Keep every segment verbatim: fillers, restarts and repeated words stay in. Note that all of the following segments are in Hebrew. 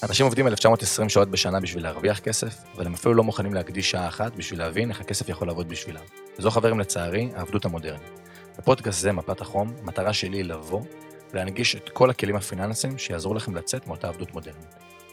אנשים עובדים אלף תשע מאות ועשרים שעות בשנה בשביל להרוויח כסף, אבל הם אפילו לא מוכנים להקדיש שעה אחת בשביל להבין איך הכסף יכול לעבוד בשבילם. וזו, חברים, לצערי, העבדות המודרנית. בפודקאסט זה, מפת החום, המטרה שלי היא לבוא ולהנגיש את כל הכלים הפיננסיים שיעזרו לכם לצאת מאותה עבדות מודרנית.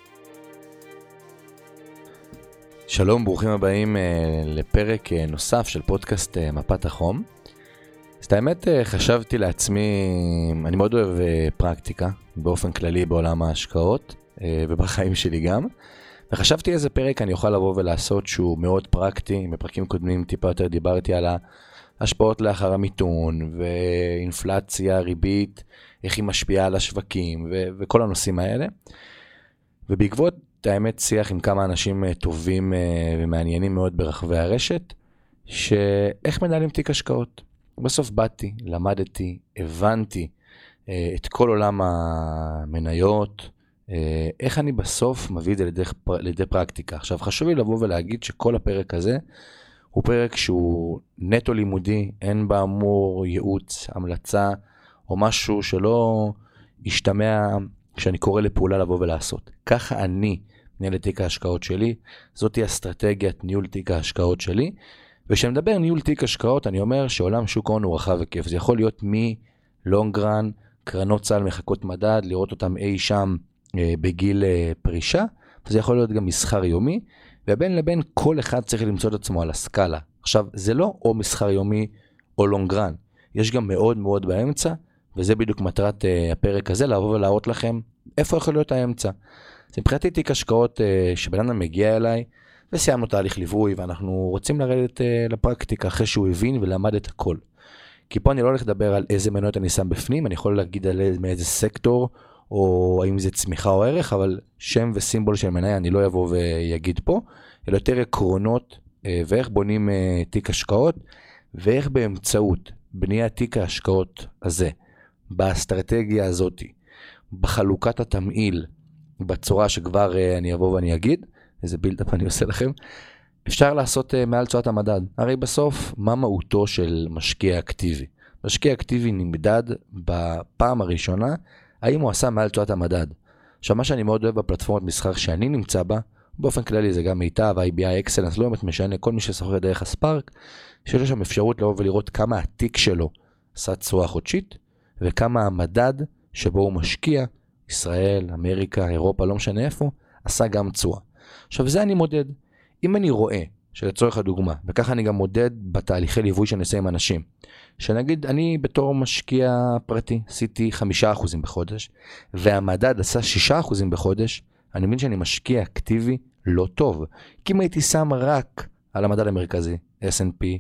שלום, ברוכים הבאים לפרק נוסף של פודקאסט מפת החום. אז האמת, חשבתי לעצמי, אני מאוד אוהב פרקטיקה, באופן כללי בעולם ההשקעות, ובחיים שלי גם. וחשבתי איזה פרק אני אוכל לבוא ולעשות שהוא מאוד פרקטי. בפרקים קודמים טיפה יותר דיברתי על ההשפעות לאחר המיתון, ואינפלציה, ריבית, איך היא משפיעה על השווקים, ו- וכל הנושאים האלה. ובעקבות, האמת, שיח עם כמה אנשים טובים ומעניינים מאוד ברחבי הרשת, שאיך מנהלים תיק השקעות. בסוף באתי, למדתי, הבנתי את כל עולם המניות, איך אני בסוף מביא את זה לידי, לידי פרקטיקה. עכשיו, חשוב לי לבוא ולהגיד שכל הפרק הזה הוא פרק שהוא נטו לימודי, אין באמור ייעוץ, המלצה, או משהו שלא ישתמע כשאני קורא לפעולה לבוא ולעשות. ככה אני מנהל את תיק ההשקעות שלי, זאת היא אסטרטגיית ניהול תיק ההשקעות שלי, וכשמדבר ניהול תיק השקעות, אני אומר שעולם שוק ההון הוא רחב וכיף. זה יכול להיות מלונגרן, קרנות סל, מחכות מדד, לראות אותם אי שם אה, בגיל אה, פרישה, וזה יכול להיות גם מסחר יומי, ובין לבין כל אחד צריך למצוא את עצמו על הסקאלה. עכשיו, זה לא או מסחר יומי או לונגרן, יש גם מאוד מאוד באמצע, וזה בדיוק מטרת אה, הפרק הזה, לבוא ולהראות לכם איפה יכול להיות האמצע. זה מבחינתי תיק השקעות אה, שבן אדם מגיע אליי, וסיימנו תהליך ליווי, ואנחנו רוצים לרדת uh, לפרקטיקה אחרי שהוא הבין ולמד את הכל. כי פה אני לא הולך לדבר על איזה מניות אני שם בפנים, אני יכול להגיד על מאיזה סקטור, או האם זה צמיחה או ערך, אבל שם וסימבול של מניה אני לא יבוא ויגיד פה, אלא יותר עקרונות, uh, ואיך בונים uh, תיק השקעות, ואיך באמצעות בניית תיק ההשקעות הזה, באסטרטגיה הזאת, בחלוקת התמהיל, בצורה שכבר uh, אני אבוא ואני אגיד, איזה בילדאפ אני עושה לכם, אפשר לעשות uh, מעל תשואת המדד. הרי בסוף, מה מהותו של משקיע אקטיבי? משקיע אקטיבי נמדד בפעם הראשונה, האם הוא עשה מעל תשואת המדד. עכשיו, מה שאני מאוד אוהב בפלטפורמת מסחר שאני נמצא בה, באופן כללי זה גם מיטב, איי בי איי, אקסלנס, לא באמת משנה, כל מי ששוחר דרך הספארק, שיש שם אפשרות לבוא ולראות כמה התיק שלו עשה תשואה חודשית, וכמה המדד שבו הוא משקיע, ישראל, אמריקה, אירופה, לא משנה איפה, עשה גם תשואה. עכשיו, זה אני מודד. אם אני רואה, שלצורך הדוגמה, וככה אני גם מודד בתהליכי ליווי שאני עושה עם אנשים, שנגיד, אני בתור משקיע פרטי, עשיתי חמישה אחוזים בחודש, והמדד עשה שישה אחוזים בחודש, אני מבין שאני משקיע אקטיבי לא טוב. כי אם הייתי שם רק על המדד המרכזי, אס אנד פי,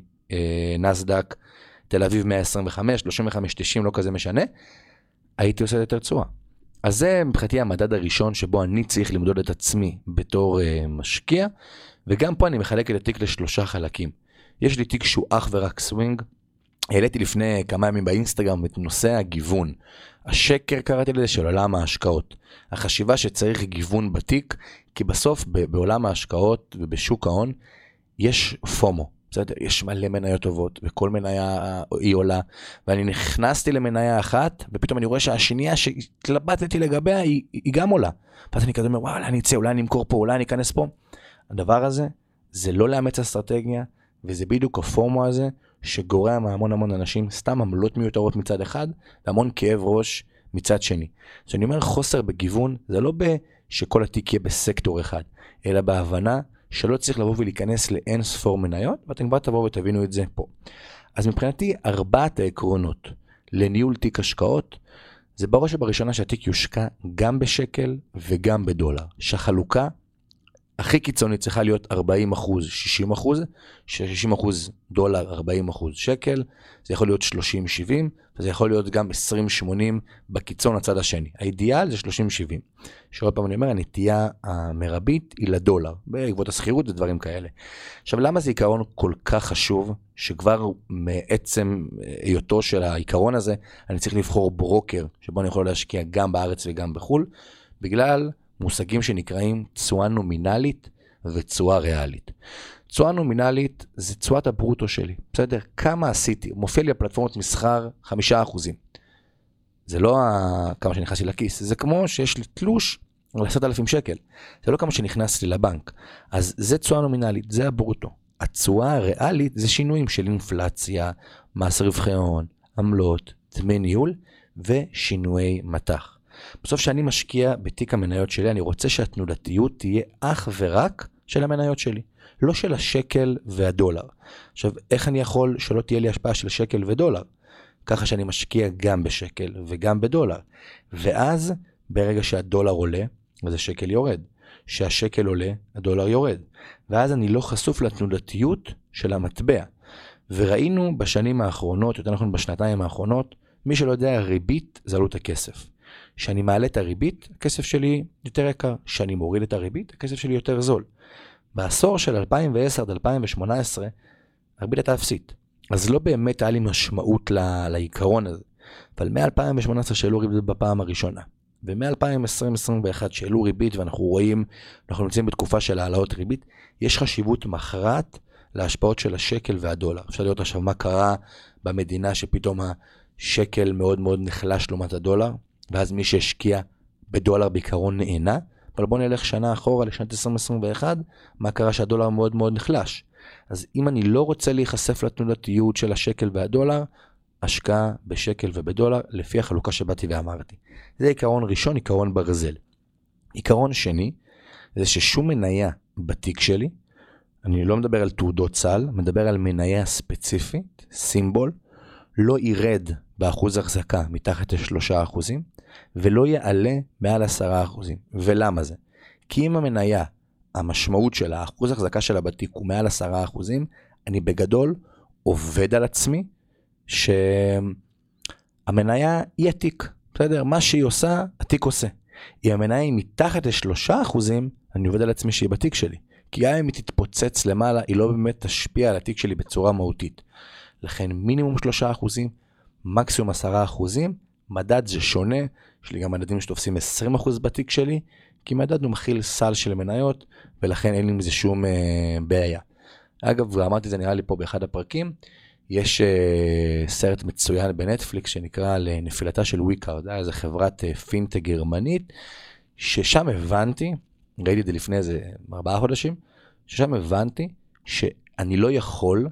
נסדק, תל אביב מאה עשרים וחמש, שלושים וחמש, תשעים, לא כזה משנה, הייתי עושה יותר תשואה. אז זה מבחינתי המדד הראשון שבו אני צריך למדוד את עצמי בתור uh, משקיע, וגם פה אני מחלק את התיק לשלושה חלקים. יש לי תיק שהוא אך ורק סווינג, העליתי לפני כמה ימים באינסטגרם את נושא הגיוון. השקר קראתי לזה של עולם ההשקעות. החשיבה שצריך גיוון בתיק, כי בסוף בעולם ההשקעות ובשוק ההון יש פומו. בסדר? יש מלא מניות טובות, וכל מניה היא עולה, ואני נכנסתי למניה אחת, ופתאום אני רואה שהשנייה שהתלבטתי לגביה, היא, היא גם עולה. ואז אני כזה אומר, וואלה, אני אצא, אולי אני אמכור פה, אולי אני אכנס פה. הדבר הזה, זה לא לאמץ אסטרטגיה, וזה בדיוק הפורמו הזה, שגורע מהמון המון אנשים, סתם עמלות מיותרות מצד אחד, והמון כאב ראש מצד שני. אז אני אומר, חוסר בגיוון, זה לא שכל התיק יהיה בסקטור אחד, אלא בהבנה, שלא צריך לבוא ולהיכנס לאין ספור מניות, ואתם כבר תבואו ותבינו את זה פה. אז מבחינתי, ארבעת העקרונות לניהול תיק השקעות, זה בראש ובראשונה שהתיק יושקע גם בשקל וגם בדולר. שהחלוקה הכי קיצונית צריכה להיות ארבעים אחוז, שישים אחוז, ש-שישים אחוז דולר, ארבעים אחוז שקל, זה יכול להיות שלושים שבעים, וזה יכול להיות גם עשרים שמונים בקיצון הצד השני. האידיאל זה שלושים שבעים. שעוד פעם אני אומר, הנטייה המרבית היא לדולר, בעקבות הסחירות ודברים כאלה. עכשיו, למה זה עיקרון כל כך חשוב, שכבר מעצם היותו של העיקרון הזה, אני צריך לבחור ברוקר, שבו אני יכול להשקיע גם בארץ וגם בחול, בגלל מושגים שנקראים תשואה נומינלית ותשואה ריאלית. תשואה נומינלית זה תשואת הברוטו שלי. בסדר? כמה עשיתי? מופיע לי הפלטפורמות מסחר חמישה אחוזים. זה לא כמה שנכנסתי לכיס. זה כמו שיש לי תלוש על עשרת אלפים שקל. זה לא כמה שנכנס לי לבנק. אז זה תשואה נומינלית, זה הברוטו. התשואה הריאלית זה שינויים של אינפלציה, מס רווחי הון, עמלות, דמי ניהול ושינויי מתח. בסוף שאני משקיע בתיק המניות שלי, אני רוצה שהתנודתיות תהיה אך ורק של המניות שלי, לא של השקל והדולר. עכשיו, איך אני יכול שלא תהיה לי השפעה של שקל ודולר? ככה שאני משקיע גם בשקל וגם בדולר. ואז ברגע שהדולר עולה, אז השקל יורד. שהשקל עולה, הדולר יורד. ואז אני לא חשוף לתנודתיות של המטבע. וראינו בשנים האחרונות, יותר נכון בשנתיים האחרונות, מי שלא יודע, ריבית זה עלות הכסף. כשאני מעלה את הריבית, הכסף שלי יותר יקר. כשאני מוריד את הריבית, הכסף שלי יותר זול. בעשור של אלפיים ועשר עד אלפיים ושמונה עשרה, הריבית הייתה אפסית. אז לא באמת היה לי משמעות לעיקרון הזה. אבל מ-אלפיים ושמונה עשרה שאלו ריבית בפעם הראשונה. ו-מ-אלפיים עשרים עשרים ואחת שאלו ריבית, ואנחנו רואים, אנחנו נמצאים בתקופה של העלאות ריבית, יש חשיבות מכרעת להשפעות של השקל והדולר. אפשר לראות עכשיו מה קרה במדינה שפתאום השקל מאוד מאוד נחלש לעומת הדולר, ואז מי שהשקיע בדולר בעיקרון נהנה, אבל בואו נלך שנה אחורה לשנת עשרים עשרים ואחת, מה קרה שהדולר מאוד מאוד נחלש. אז אם אני לא רוצה להיחשף לתנודתיות של השקל והדולר, השקעה בשקל ובדולר לפי החלוקה שבאתי ואמרתי. זה עיקרון ראשון, עיקרון ברזל. עיקרון שני, זה ששום מניה בתיק שלי, אני לא מדבר על תעודות סל, מדבר על מניה ספציפית, סימבול, לא ירד באחוז החזקה מתחת לשלושה אחוזים, ולא יעלה מעל עשרה אחוזים. ולמה זה? כי אם המניה, המשמעות שלה, האחוז החזקה שלה בתיק הוא מעל עשרה אחוזים, אני בגדול עובד על עצמי, שהמניה היא התיק, בסדר? מה שהיא עושה, התיק עושה. אם המניה היא מתחת לשלושה אחוזים, אני עובד על עצמי שהיא בתיק שלי. כי גם אם היא תתפוצץ למעלה, היא לא באמת תשפיע על התיק שלי בצורה מהותית. לכן מינימום שלושה אחוזים, מקסימום עשרה אחוזים, מדד זה שונה, יש לי גם מדדים שתופסים עשרים אחוז בתיק שלי, כי מדד הוא מכיל סל של מניות, ולכן אין לי מזה שום אה, בעיה. אגב, ואמרתי זה נראה לי פה באחד הפרקים, יש uh, סרט מצוין בנטפליקס שנקרא לנפילתה של ויקארד, זו חברת uh, פינטק גרמנית, ששם הבנתי, ראיתי את זה לפני איזה ארבעה חודשים, ששם הבנתי שאני לא יכול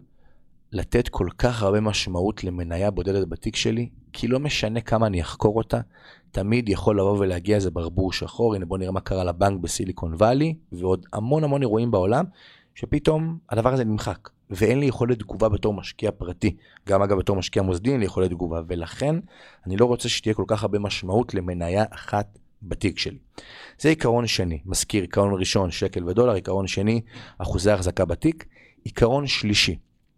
לתת כל כך הרבה משמעות למניה בודדת בתיק שלי, כי לא משנה כמה אני אחקור אותה, תמיד יכול לבוא ולהגיע איזה ברבור שחור, הנה בוא נראה מה קרה לבנק בסיליקון ואלי, ועוד המון המון אירועים בעולם, שפתאום הדבר הזה נמחק. ואין לי יכולת תגובה בתור משקיע פרטי, גם אגב בתור משקיע מוסדי אין לי יכולת תגובה, ולכן אני לא רוצה שתהיה כל כך הרבה משמעות למניה אחת בתיק שלי. זה עיקרון שני, מזכיר, עיקרון ראשון, שקל ודולר, עיקרון שני, אחוזי החזקה בתיק, עיקרון שלישי,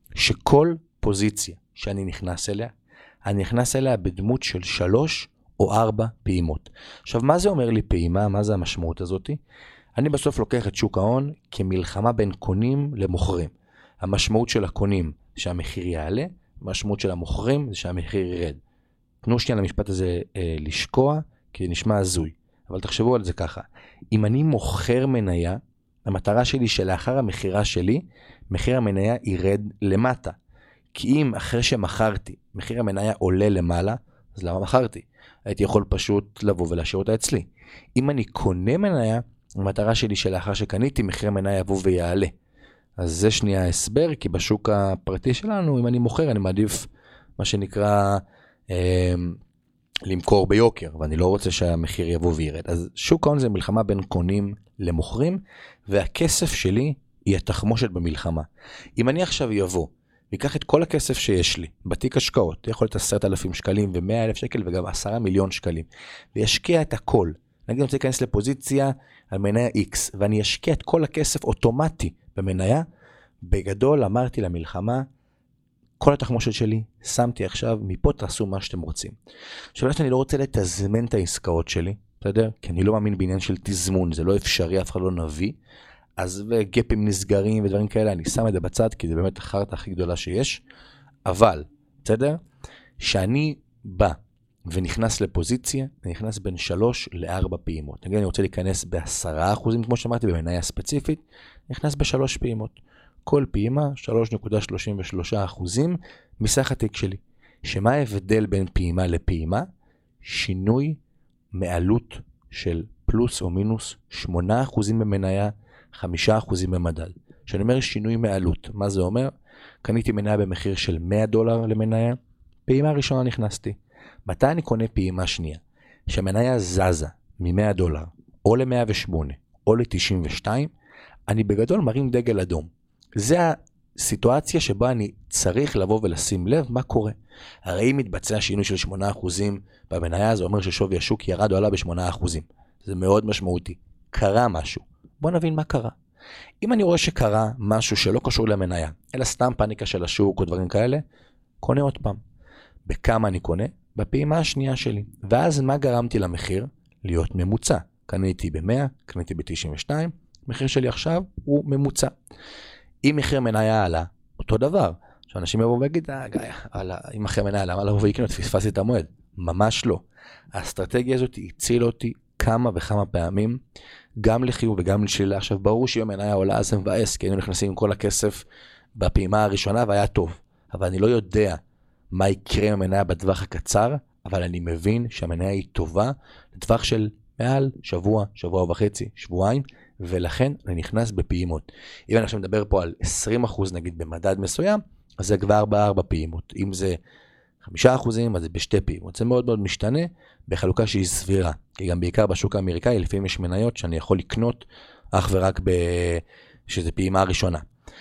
שכל פוזיציה שאני נכנס אליה, אני נכנס אליה בדמות של שלוש או ארבע פעימות. עכשיו, מה זה אומר לי פעימה? מה זה המשמעות הזאת? אני בסוף לוקח את שוק ההון כמלחמה בין קונים למוכרים. המשמעות של הקונים זה שהמחיר יעלה, המשמעות של המוכרים זה שהמחיר ירד. תנו שנייה למשפט הזה אה, לשקוע, כי זה נשמע הזוי. אבל תחשבו על זה ככה. אם אני מוכר מניה, המטרה שלי שלאחר המחירה שלי, מחיר המניה ירד למטה. כי אם אחרי שמכרתי, מחיר המניה עולה למעלה, אז למה מכרתי? הייתי יכול פשוט לבוא ולהשאיר אותה אצלי. אם אני קונה מניה, המטרה שלי שלאחר שקניתי, מחיר המניה יבוא ויעלה. אז זה שנייה ההסבר, כי בשוק הפרטי שלנו, אם אני מוכר, אני מעדיף מה שנקרא אה, למכור ביוקר, ואני לא רוצה שהמחיר יבוא וירד. אז שוק ההון זה מלחמה בין קונים למוכרים, והכסף שלי היא התחמושת במלחמה. אם אני עכשיו יבוא, ויקח את כל הכסף שיש לי, בתיק השקעות, יכול להיות עשרת אלפים שקלים ומאה אלף שקל וגם עשרה מיליון שקלים, וישקיע את הכל. נגיד אני רוצה להיכנס לפוזיציה על מניה X, ואני אשקיע את כל הכסף אוטומטי במניה, בגדול אמרתי למלחמה, כל התחמושת שלי, שמתי עכשיו, מפה תעשו מה שאתם רוצים. עכשיו שאני לא רוצה לתזמן את העסקאות שלי, בסדר? כי אני לא מאמין בעניין של תזמון, זה לא אפשרי, אף אחד לא נביא, אז וגפים נסגרים ודברים כאלה, אני שם את זה בצד, כי זה באמת החרטה הכי גדולה שיש, אבל, בסדר? שאני בא ונכנס לפוזיציה, אני נכנס בין שלוש לארבע פעימות. נגיד אני רוצה להיכנס בעשרה אחוזים, כמו שאמרתי, במניה ספציפית, נכנס בשלוש פעימות. כל פעימה, שלוש נקודה שלושים ושלושה אחוזים מסך התיק שלי. שמה ההבדל בין פעימה לפעימה? שינוי מעלות של פלוס או מינוס שמונה אחוזים במניה, חמישה אחוזים במדד. כשאני אומר שינוי מעלות, מה זה אומר? קניתי מניה במחיר של מאה דולר למניה, פעימה ראשונה נכנסתי. מתי אני קונה פעימה שנייה? שהמניה זזה מ-מאה דולר, או ל-מאה ושמונה, או ל-תשעים ושתיים, אני בגדול מרים דגל אדום. זה הסיטואציה שבה אני צריך לבוא ולשים לב מה קורה. הרי אם מתבצע שינוי של שמונה אחוזים במניה, זה אומר ששווי השוק ירד או עלה ב-שמונה אחוזים. זה מאוד משמעותי. קרה משהו. בוא נבין מה קרה. אם אני רואה שקרה משהו שלא קשור למניה, אלא סתם פאניקה של השוק או דברים כאלה, קונה עוד פעם. בכמה אני קונה? בפעימה השנייה שלי. ואז מה גרמתי למחיר? להיות ממוצע. קניתי ב-מאה, קניתי ב-תשעים ושתיים, המחיר שלי עכשיו הוא ממוצע. אם מחיר מניה עלה, אותו דבר. שאנשים יבואו ויגיד, אה, גיא, אם מחיר מניה עלה, מה לבוא ויקנות, פספסתי את המועד. ממש לא. האסטרטגיה הזאת הצילה אותי כמה וכמה פעמים, גם לחיוב וגם לשלילה. עכשיו, ברור שאם המניה עולה, אז זה מבאס, כי היינו נכנסים עם כל הכסף בפעימה הראשונה, והיה טוב. אבל אני לא יודע מה יקרה עם המניה בטווח הקצר, אבל אני מבין שהמניה היא טובה לטווח של מעל שבוע, שבוע וחצי, שבועיים, ולכן אני נכנס בפעימות. אם אני עכשיו מדבר פה על עשרים אחוז נגיד במדד מסוים, אז זה כבר בארבע פעימות. אם זה חמישה אחוזים, אז זה בשתי פעימות. זה מאוד מאוד משתנה בחלוקה שהיא סבירה. כי גם בעיקר בשוק האמריקאי, לפעמים יש מניות שאני יכול לקנות אך ורק ב... שזה פעימה הראשונה.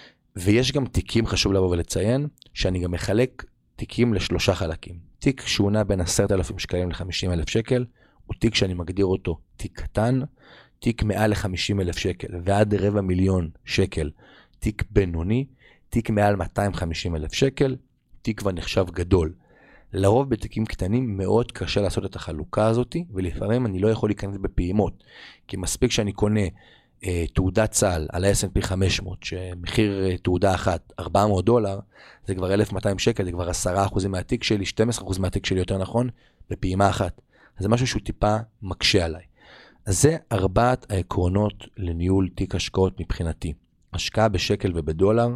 ויש גם תיקים, חשוב לבוא ולציין, שאני גם מחלק תיקים לשלושה חלקים. תיק שהוא נע בין עשרת אלפים שקלים ל-חמישים אלף שקל, הוא תיק שאני מגדיר אותו תיק קטן, תיק מעל ל-חמישים אלף שקל ועד רבע מיליון שקל, תיק בינוני, תיק מעל מאתיים וחמישים אלף שקל, תיק כבר נחשב גדול. לרוב בתיקים קטנים מאוד קשה לעשות את החלוקה הזאת, ולפעמים אני לא יכול להיכנס בפעימות, כי מספיק שאני קונה אה, תעודת צהל על ה-אס אנד פי חמש מאות, שמחיר אה, תעודה אחת ארבע מאות דולר, זה כבר אלף ומאתיים שקל, זה כבר עשרה אחוז מהתיק שלי, שנים עשר אחוז מהתיק שלי יותר נכון, בפעימה אחת. אז זה משהו שהוא טיפה מקשה עליי. אז זה ארבעת העקרונות לניהול תיק השקעות מבחינתי. השקעה בשקל ובדולר,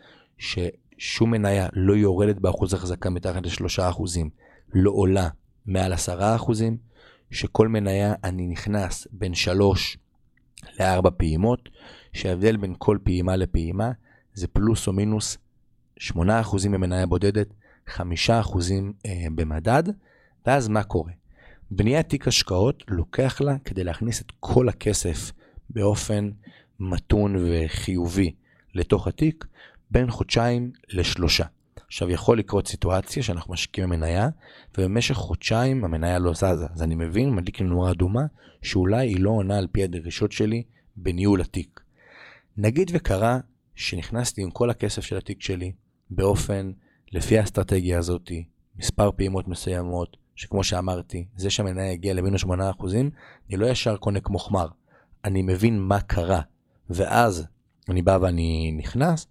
ששום מניה לא יורדת באחוז החזקה מתחת לשלושה אחוזים, לא עולה מעל עשרה אחוזים, שכל מניה אני נכנס בין שלוש לארבע פעימות, שההבדל בין כל פעימה לפעימה זה פלוס או מינוס שמונה אחוזים במניה בודדת, חמישה אחוזים אה, במדד, ואז מה קורה? בניית תיק השקעות לוקח לה כדי להכניס את כל הכסף באופן מתון וחיובי לתוך התיק בין חודשיים לשלושה. עכשיו יכול לקרות סיטואציה שאנחנו משקיעים במניה ובמשך חודשיים המניה לא זזה. אז אני מבין, מדליק לי נורה אדומה שאולי היא לא עונה על פי הדרישות שלי בניהול התיק. נגיד וקרה שנכנסתי עם כל הכסף של התיק שלי באופן לפי האסטרטגיה הזאת, מספר פעימות מסוימות, שכמו שאמרתי, זה שהמניה הגיע למינוס שמונה אחוזים, אני לא ישר קונה כמו חמר. אני מבין מה קרה, ואז אני בא ואני נכנס,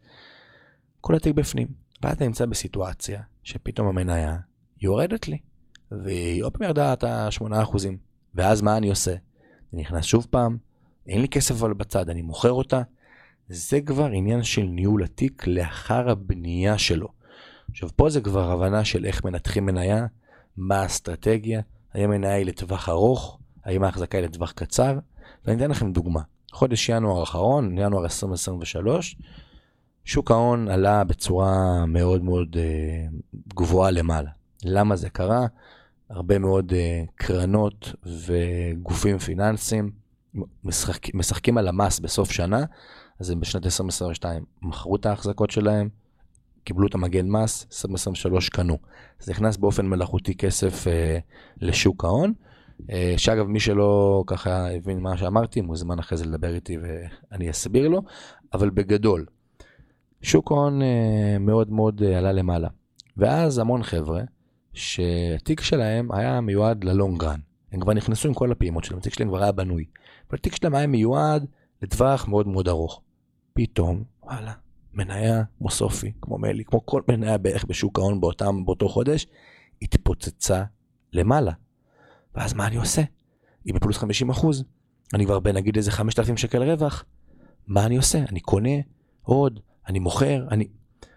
כל התיק בפנים. ואז אני נמצא בסיטואציה שפתאום המניה יורדת לי, והיא עוד פעם ירדה את ה-שמונה אחוזים. ואז מה אני עושה? אני נכנס שוב פעם, אין לי כסף אבל בצד, אני מוכר אותה. זה כבר עניין של ניהול התיק לאחר הבנייה שלו. עכשיו פה זה כבר הבנה של איך מנתחים מניה, מה האסטרטגיה, האם המניה היא לטווח ארוך, האם ההחזקה היא לטווח קצר, ואני אתן לכם דוגמה. חודש ינואר האחרון, ינואר עשרים עשרים ושלוש, שוק ההון עלה בצורה מאוד מאוד אה, גבוהה למעלה. למה זה קרה? הרבה מאוד אה, קרנות וגופים פיננסיים משחק, משחקים על המס בסוף שנה, אז הם בשנת עשרים עשרים ושתיים מכרו את ההחזקות שלהם, קיבלו את המגן מס, עשרים עשרים ושלוש קנו. זה נכנס באופן מלאכותי כסף אה, לשוק ההון, אה, שאגב מי שלא ככה הבין מה שאמרתי, מוזמן אחרי זה לדבר איתי ואני אסביר לו, אבל בגדול, שוק ההון אה, מאוד מאוד אה, עלה למעלה. ואז המון חבר'ה, שהתיק שלהם היה מיועד ללונג רן. הם כבר נכנסו עם כל הפעימות שלהם, התיק שלהם כבר היה בנוי. אבל התיק שלהם היה מיועד לטווח מאוד מאוד ארוך. פתאום, וואלה, מניה כמו סופי, כמו מלי, כמו כל מניה בערך בשוק ההון באותם, באותו חודש, התפוצצה למעלה. ואז מה אני עושה? אם בפלוס חמישים אחוז, אני כבר בנגיד איזה חמשת אלפים שקל רווח. מה אני עושה? אני קונה עוד, אני מוכר, אני...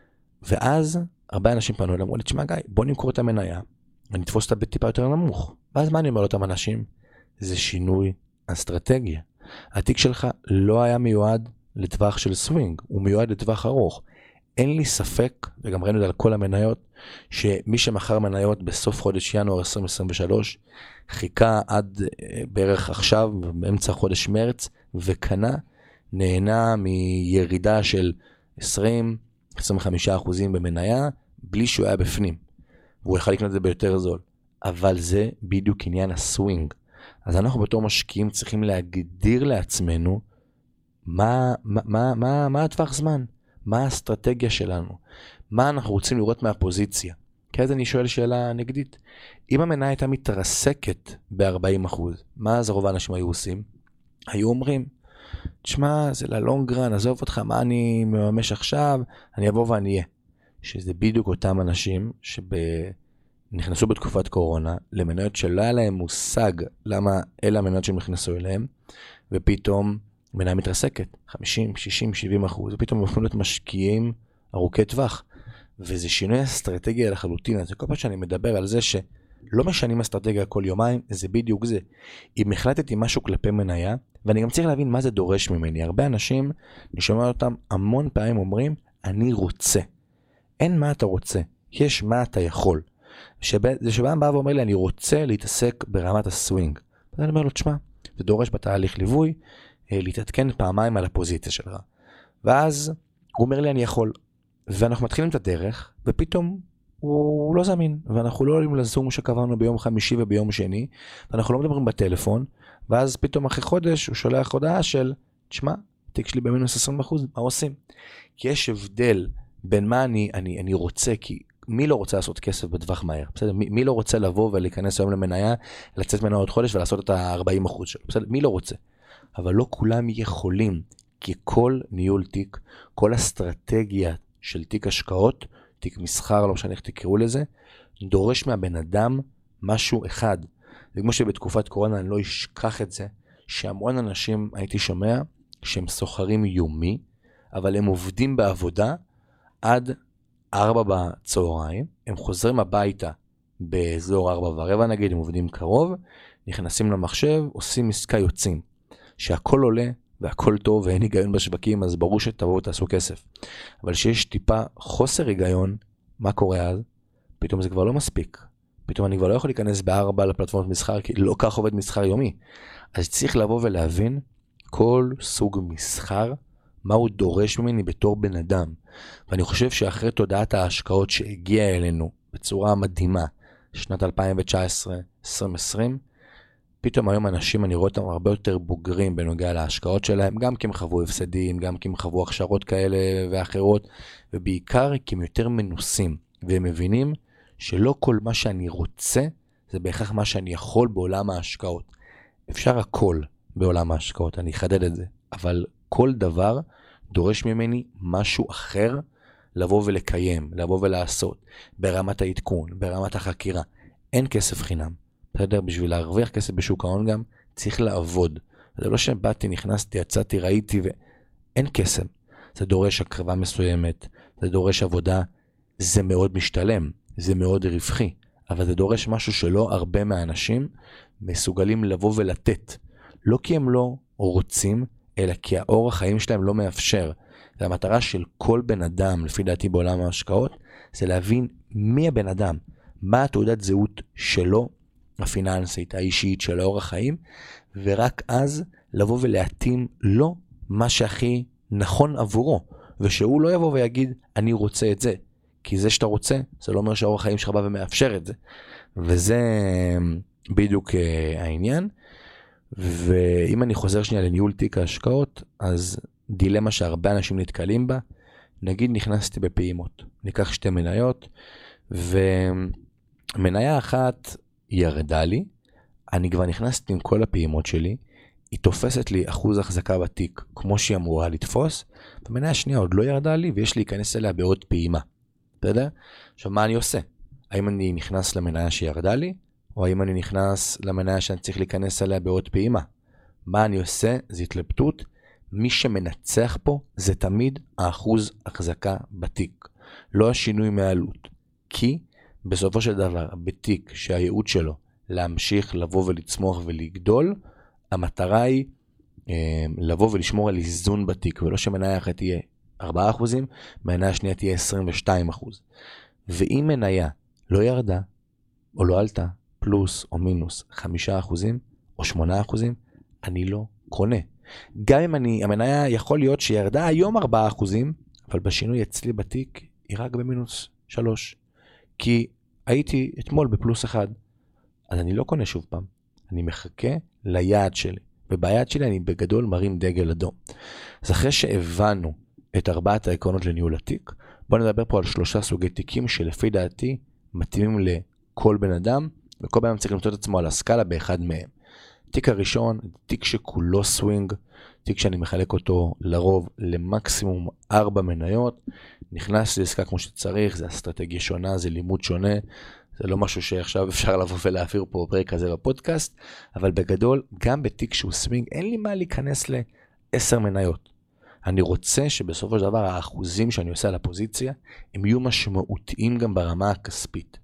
ואז הרבה אנשים פנו אליהם, אמרו לי, תשמע גיא, בוא נמכור את המניה, אני אתפוס אותה בטיפה יותר נמוך. ואז מה אני אומר לאותם אנשים? זה שינוי אסטרטגיה. התיק שלך לא היה מיועד לטווח של סווינג, הוא מיועד לטווח ארוך. אין לי ספק, וגם ראינו את זה על כל המניות, שמי שמכר מניות בסוף חודש ינואר עשרים עשרים ושלוש, חיכה עד בערך עכשיו, באמצע חודש מרץ, וקנה, נהנה מירידה של עשרים עד עשרים וחמישה אחוזים במניה, בלי שהוא היה בפנים. והוא יכול לקנות את זה ביותר זול. אבל זה בדיוק עניין הסווינג. אז אנחנו בתור משקיעים צריכים להגדיר לעצמנו מה, מה, מה, מה, מה הטווח זמן, מה האסטרטגיה שלנו, מה אנחנו רוצים לראות מהפוזיציה. כי אז אני שואל שאלה נגדית. אם המניה הייתה מתרסקת ב-ארבעים אחוז, מה אז רוב האנשים היו עושים? היו אומרים, תשמע, זה ללונגרן, עזוב אותך, מה אני מממש עכשיו, אני אבוא ואני אהיה. שזה בדיוק אותם אנשים שנכנסו בתקופת קורונה, למניות שלא היה להם מושג למה אלה המניות שהם נכנסו אליהם, ופתאום מניה מתרסקת, חמישים, שישים, שבעים אחוז, ופתאום הם הופכים להיות משקיעים ארוכי טווח. וזה שינוי אסטרטגיה לחלוטין. אז כל פעם שאני מדבר על זה שלא משנים אסטרטגיה כל יומיים, זה בדיוק זה. אם החלטתי משהו כלפי מניה, ואני גם צריך להבין מה זה דורש ממני. הרבה אנשים, אני שומע אותם המון פעמים אומרים, אני רוצה. אין מה אתה רוצה, יש מה אתה יכול. זה שבאם בא ואומר לי, אני רוצה להתעסק ברמת הסווינג. אז אני אומר לו, תשמע, זה דורש בתהליך ליווי, להתעדכן פעמיים על הפוזיציה שלך. ואז הוא אומר לי, אני יכול. ואנחנו מתחילים את הדרך, ופתאום הוא לא זמין. ואנחנו לא עולים לזום שקבענו ביום חמישי וביום שני, ואנחנו לא מדברים בטלפון, ואז פתאום אחרי חודש הוא שולח הודעה של, תשמע, תיק שלי במינוס עשרים אחוז, מה עושים? כי יש הבדל בין מה אני, אני, אני רוצה, כי מי לא רוצה לעשות כסף בטווח מהר? בסדר? מי, מי לא רוצה לבוא ולהיכנס היום למניה, לצאת ממנה עוד חודש ולעשות את ה-ארבעים אחוז שלו? בסדר? מי לא רוצה? אבל לא כולם יכולים, כי כל ניהול תיק, כל אסטרטגיה של תיק השקעות, תיק מסחר, לא משנה איך תקראו לזה, דורש מהבן אדם משהו אחד. וכמו שבתקופת קורונה אני לא אשכח את זה, שהמון אנשים הייתי שומע שהם סוחרים יומי, אבל הם עובדים בעבודה עד ארבע בצהריים, הם חוזרים הביתה באזור ארבע ורבע נגיד, הם עובדים קרוב, נכנסים למחשב, עושים עסקה יוצאים, שהכל עולה והכל טוב ואין היגיון בשווקים, אז ברור שתבואו תעשו כסף. אבל שיש טיפה חוסר היגיון, מה קורה אז? פתאום זה כבר לא מספיק. פתאום אני כבר לא יכול להיכנס בארבע לפלטפורמת מסחר, כי לא כך עובד מסחר יומי. אז צריך לבוא ולהבין כל סוג מסחר, מה הוא דורש ממני בתור בן אדם. ואני חושב שאחרי תודעת ההשקעות שהגיעה אלינו בצורה מדהימה, שנת אלפיים תשע עשרה עשרים עשרים, פתאום היום אנשים, אני רואה אותם הרבה יותר בוגרים בנוגע להשקעות שלהם, גם כי הם חוו הפסדים, גם כי הם חוו הכשרות כאלה ואחרות, ובעיקר כי הם יותר מנוסים, והם מבינים שלא כל מה שאני רוצה, זה בהכרח מה שאני יכול בעולם ההשקעות. אפשר הכל בעולם ההשקעות, אני אחדד את זה, אבל כל דבר דורש ממני משהו אחר לבוא ולקיים, לבוא ולעשות, ברמת העדכון, ברמת החקירה. אין כסף חינם. בסדר? בשביל להרוויח כסף בשוק ההון גם צריך לעבוד. זה לא שבאתי, נכנסתי, יצאתי, ראיתי ואין כסף. זה דורש הקרבה מסוימת, זה דורש עבודה, זה מאוד משתלם, זה מאוד רווחי, אבל זה דורש משהו שלא הרבה מהאנשים מסוגלים לבוא ולתת. לא כי הם לא רוצים, אלא כי האורח החיים שלהם לא מאפשר. והמטרה של כל בן אדם, לפי דעתי בעולם ההשקעות, זה להבין מי הבן אדם, מה התעודת זהות שלו, הפיננסית, האישית של האורח חיים, ורק אז לבוא ולהתאים לו מה שהכי נכון עבורו, ושהוא לא יבוא ויגיד, אני רוצה את זה, כי זה שאתה רוצה, זה לא אומר שהאורח חיים שלך בא ומאפשר את זה, וזה בדיוק העניין. ואם אני חוזר שנייה לניהול תיק ההשקעות, אז דילמה שהרבה אנשים נתקלים בה, נגיד נכנסתי בפעימות, ניקח שתי מניות, ומניה אחת ירדה לי, אני כבר נכנסתי עם כל הפעימות שלי, היא תופסת לי אחוז החזקה בתיק כמו שהיא אמורה לתפוס, ומניה השנייה עוד לא ירדה לי ויש לי להיכנס אליה בעוד פעימה. אתה יודע? עכשיו מה אני עושה? האם אני נכנס למניה שירדה לי, או האם אני נכנס למניה שאני צריך להיכנס אליה בעוד פעימה? מה אני עושה? זה התלבטות. מי שמנצח פה זה תמיד האחוז החזקה בתיק, לא השינוי מעלות. כי בסופו של דבר, בתיק שהייעוד שלו להמשיך לבוא ולצמוח ולגדול, המטרה היא לבוא ולשמור על איזון בתיק, ולא שמניה אחת תהיה ארבעה אחוזים, מניה השנייה תהיה עשרים ושתיים אחוז. ואם מניה לא ירדה, או לא עלתה, פלוס או מינוס חמישה אחוזים, או שמונה אחוזים, אני לא קונה. גם אם אני, המניה יכול להיות שירדה היום ארבעה אחוזים, אבל בשינוי אצלי בתיק היא רק במינוס שלוש. כי הייתי אתמול בפלוס אחד, אז אני לא קונה שוב פעם. אני מחכה ליעד שלי. וביעד שלי אני בגדול מרים דגל אדום. אז אחרי שהבנו את ארבעת העקרונות לניהול התיק, בואו נדבר פה על שלושה סוגי תיקים שלפי דעתי מתאימים לכל בן אדם, וכל בן אדם צריך למצוא את עצמו על הסקאלה באחד מהם. תיק הראשון, תיק שכולו סווינג, תיק שאני מחלק אותו לרוב למקסימום ארבע מניות, נכנס לעסקה כמו שצריך, זה אסטרטגיה שונה, זה לימוד שונה, זה לא משהו שעכשיו אפשר לבוא ולהעביר פה פרק כזה בפודקאסט, אבל בגדול, גם בתיק שהוא סווינג, אין לי מה להיכנס לעשר מניות. אני רוצה שבסופו של דבר האחוזים שאני עושה על הפוזיציה, הם יהיו משמעותיים גם ברמה הכספית.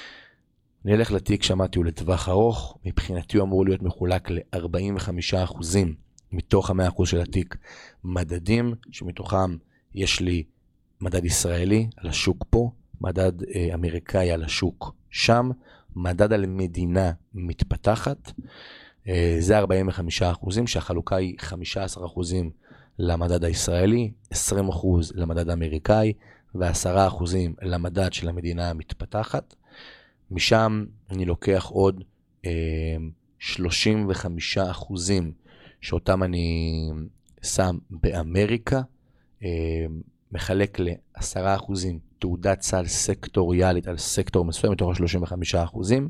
אני אלך לתיק שמעתי הוא לטווח ארוך, מבחינתי הוא אמור להיות מחולק ל-ארבעים וחמישה אחוזים מתוך ה-מאה אחוז של התיק מדדים, שמתוכם יש לי מדד ישראלי על השוק פה, מדד אה, אמריקאי על השוק שם, מדד על מדינה מתפתחת, אה, זה ארבעים וחמישה אחוזים, שהחלוקה היא חמישה עשר אחוזים למדד הישראלי, עשרים אחוז למדד האמריקאי, ו-עשרה אחוזים למדד של המדינה המתפתחת. משם אני לוקח עוד אה, שלושים וחמישה אחוזים שאותם אני שם באמריקה, אה, מחלק ל-עשרה אחוזים תעודת סל סקטוריאלית על סקטור מסוים מתוך ה-שלושים וחמישה אחוזים,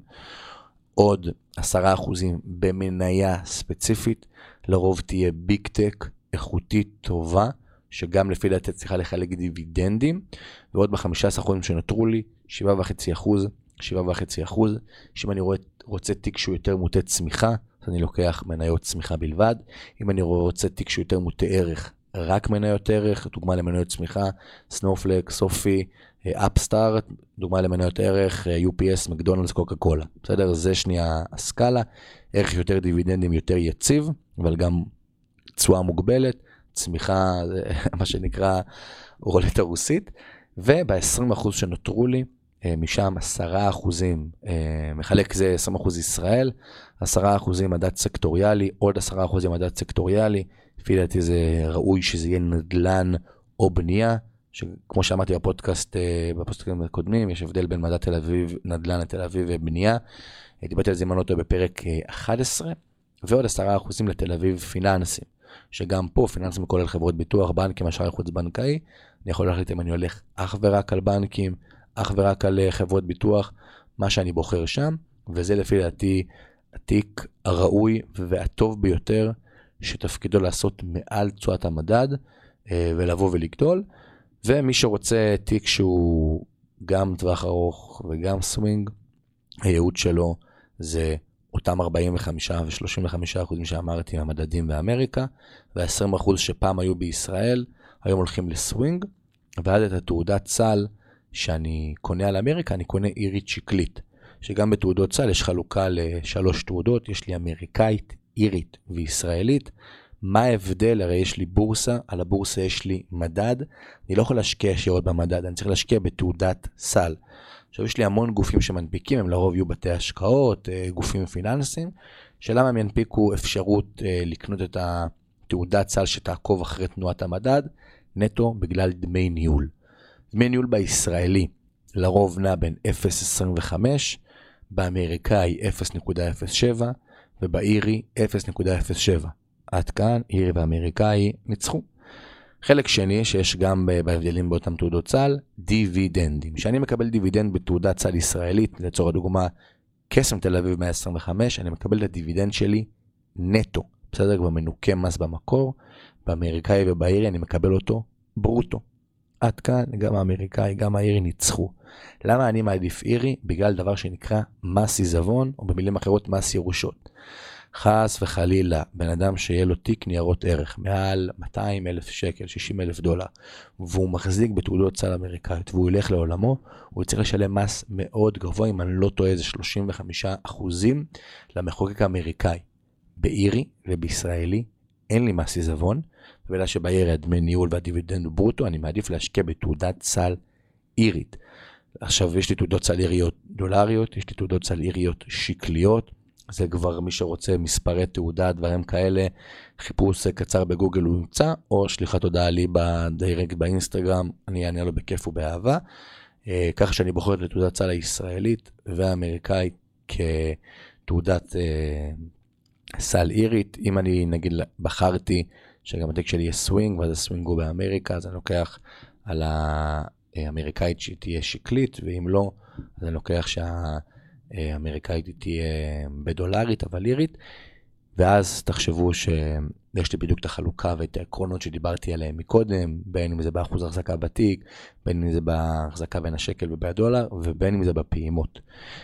עוד עשרה אחוזים במניה ספציפית, לרוב תהיה ביג טק, איכותית טובה, שגם לפי דעתי צריכה לחלק דיבידנדים, ועוד ב-חמישה עשר אחוזים שנותרו לי, שבעה נקודה חמש אחוז, שבעה נקודה חמש אחוז, שאם אני רוצה תיק שהוא יותר מוטה צמיחה, אז אני לוקח מניות צמיחה בלבד. אם אני רוצה תיק שהוא יותר מוטה ערך, רק מניות ערך, דוגמה למניות צמיחה, סנופלק, סופי, אפסטארט, דוגמה למניות ערך, יו פי אס, מקדונלדס, קוקה קולה. בסדר? זה שנייה הסקאלה, ערך יותר דיבידנדים יותר יציב, אבל גם תשואה מוגבלת, צמיחה, מה שנקרא רולטה רוסית, וב-עשרים אחוז שנותרו לי, משם עשרה אחוזים, מחלק זה עשרים אחוז ישראל, עשרה אחוזים מדד סקטוריאלי, עוד עשרה אחוזים מדד סקטוריאלי, לפי דעתי זה ראוי שזה יהיה נדל"ן או בנייה, שכמו שאמרתי בפודקאסט, בפודקאסטים הקודמים, יש הבדל בין מדד תל אביב, נדל"ן לתל אביב ובנייה, דיברתי על זה מנות בפרק אחד עשר, ועוד עשרה אחוזים לתל אביב פיננסים, שגם פה פיננסים כולל חברות ביטוח, בנקים, אשראי חוץ בנקאי, אני יכול להחליט אם אני הולך אך ורק על בנקים, אך ורק על חברות ביטוח, מה שאני בוחר שם, וזה לפי דעתי התיק הראוי והטוב ביותר, שתפקידו לעשות מעל תשואת המדד, ולבוא ולגדול, ומי שרוצה תיק שהוא גם טווח ארוך וגם סווינג, הייעוד שלו זה אותם ארבעים וחמישה ו-שלושים וחמישה אחוזים שאמרתי מהמדדים באמריקה, ו-עשרים אחוז שפעם היו בישראל, היום הולכים לסווינג, ועד את התעודת סל שאני קונה על אמריקה, אני קונה אירית שקלית, שגם בתעודות סל יש חלוקה לשלוש תעודות, יש לי אמריקאית, אירית וישראלית. מה ההבדל? הרי יש לי בורסה, על הבורסה יש לי מדד, אני לא יכול להשקיע ישירות במדד, אני צריך להשקיע בתעודת סל. עכשיו יש לי המון גופים שמנפיקים, הם לרוב יהיו בתי השקעות, גופים פיננסיים, שלמה הם ינפיקו אפשרות לקנות את התעודת סל שתעקוב אחרי תנועת המדד, נטו בגלל דמי ניהול. דמי ניהול בישראלי לרוב נע בין אפס נקודה עשרים וחמש, באמריקאי אפס נקודה אפס שבע, ובאירי אפס נקודה אפס שבע. עד כאן אירי ואמריקאי ניצחו. חלק שני שיש גם בהבדלים באותם תעודות סל, דיבידנדים. כשאני מקבל דיבידנד בתעודת סל ישראלית, לצורך הדוגמה, קסם תל אביב מאה עשרים וחמש, אני מקבל את הדיבידנד שלי נטו. בסדר, כבר מנוקה מס במקור, באמריקאי ובאירי אני מקבל אותו ברוטו. עד כאן גם האמריקאי, גם האירי ניצחו. למה אני מעדיף אירי? בגלל דבר שנקרא מס עיזבון, או במילים אחרות מס ירושות. חס וחלילה, בן אדם שיהיה לו תיק ניירות ערך, מעל מאתיים אלף שקל, שישים אלף דולר, והוא מחזיק בתעודות סל אמריקאית, והוא ילך לעולמו, הוא צריך לשלם מס מאוד גבוה, אם אני לא טועה, זה שלושים וחמישה אחוזים למחוקק האמריקאי. באירי ובישראלי אין לי מס עיזבון, ובגלל שבאירי הדמי ניהול והדיבידנד הוא ברוטו, אני מעדיף להשקיע בתעודת סל אירית. עכשיו יש לי תעודות סל איריות דולריות, יש לי תעודות סל איריות שקליות, זה כבר מי שרוצה מספרי תעודה, דברים כאלה, חיפוש קצר בגוגל הוא ימצא, או שליחת הודעה לי בדיירקט באינסטגרם, אני אענה לו בכיף ובאהבה, כך שאני בוחרת לתעודת סל הישראלית והאמריקאית כתעודת סל אירית. אם אני נגיד בחרתי שגם התיק שלי יהיה סווינג, ואז הסווינג הוא באמריקה, אז אני לוקח על האמריקאית שתהיה שקלית, ואם לא, אז אני לוקח שהאמריקאית תהיה בדולרית, אבל אירית, ואז תחשבו שיש לי בדיוק את החלוקה ואת העקרונות שדיברתי עליהם מקודם, בין אם זה באחוז החזקה בתיק, בין אם זה בהחזקה בין השקל ובדולר, ובין אם זה בפעימות.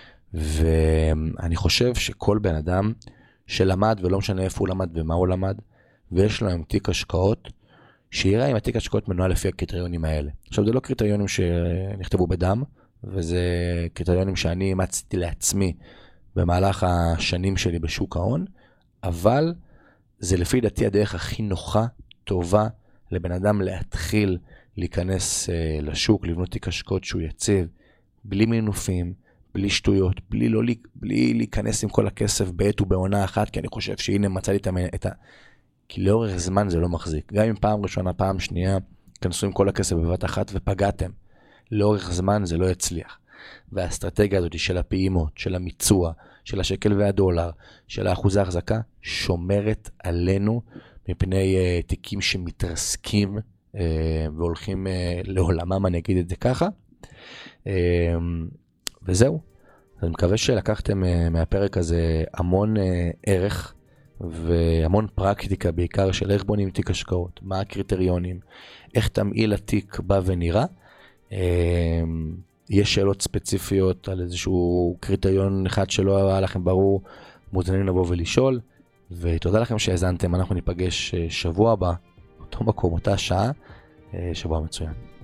ואני חושב שכל בן אדם שלמד, ולא משנה איפה הוא למד ומה הוא למד, ויש לו עם תיק השקעות, שיראה אם התיק השקעות מנוהל לפי הקריטריונים האלה. עכשיו, זה לא קריטריונים שנכתבו בדם, וזה קריטריונים שאני אימצתי לעצמי במהלך השנים שלי בשוק ההון, אבל זה לפי דעתי הדרך הכי נוחה, טובה, לבן אדם להתחיל להיכנס לשוק, לבנות תיק השקעות שהוא יציב, בלי מינופים, בלי שטויות, בלי, לא, בלי להיכנס עם כל הכסף בעת ובעונה אחת, כי אני חושב שהנה מצא לי את ה... כי לאורך זמן זה לא מחזיק. גם אם פעם ראשונה, פעם שנייה, כנסו עם כל הכסף בבת אחת ופגעתם. לאורך זמן זה לא יצליח. והאסטרטגיה הזאת של הפעימות, של המיצוע, של השקל והדולר, של האחוזי ההחזקה, שומרת עלינו מפני uh, תיקים שמתרסקים uh, והולכים uh, לעולמם, אני אגיד את זה ככה. Uh, וזהו. אני מקווה שלקחתם uh, מהפרק הזה המון uh, ערך, והמון פרקטיקה בעיקר של איך בונים תיק השקעות, מה הקריטריונים, איך תמעיל התיק בא ונראה. יש שאלות ספציפיות על איזשהו קריטריון אחד שלא היה לכם ברור, מוזמנים לבוא ולשאול, ותודה לכם שהאזנתם, אנחנו ניפגש שבוע הבא, אותו מקום, אותה שעה, שבוע מצוין.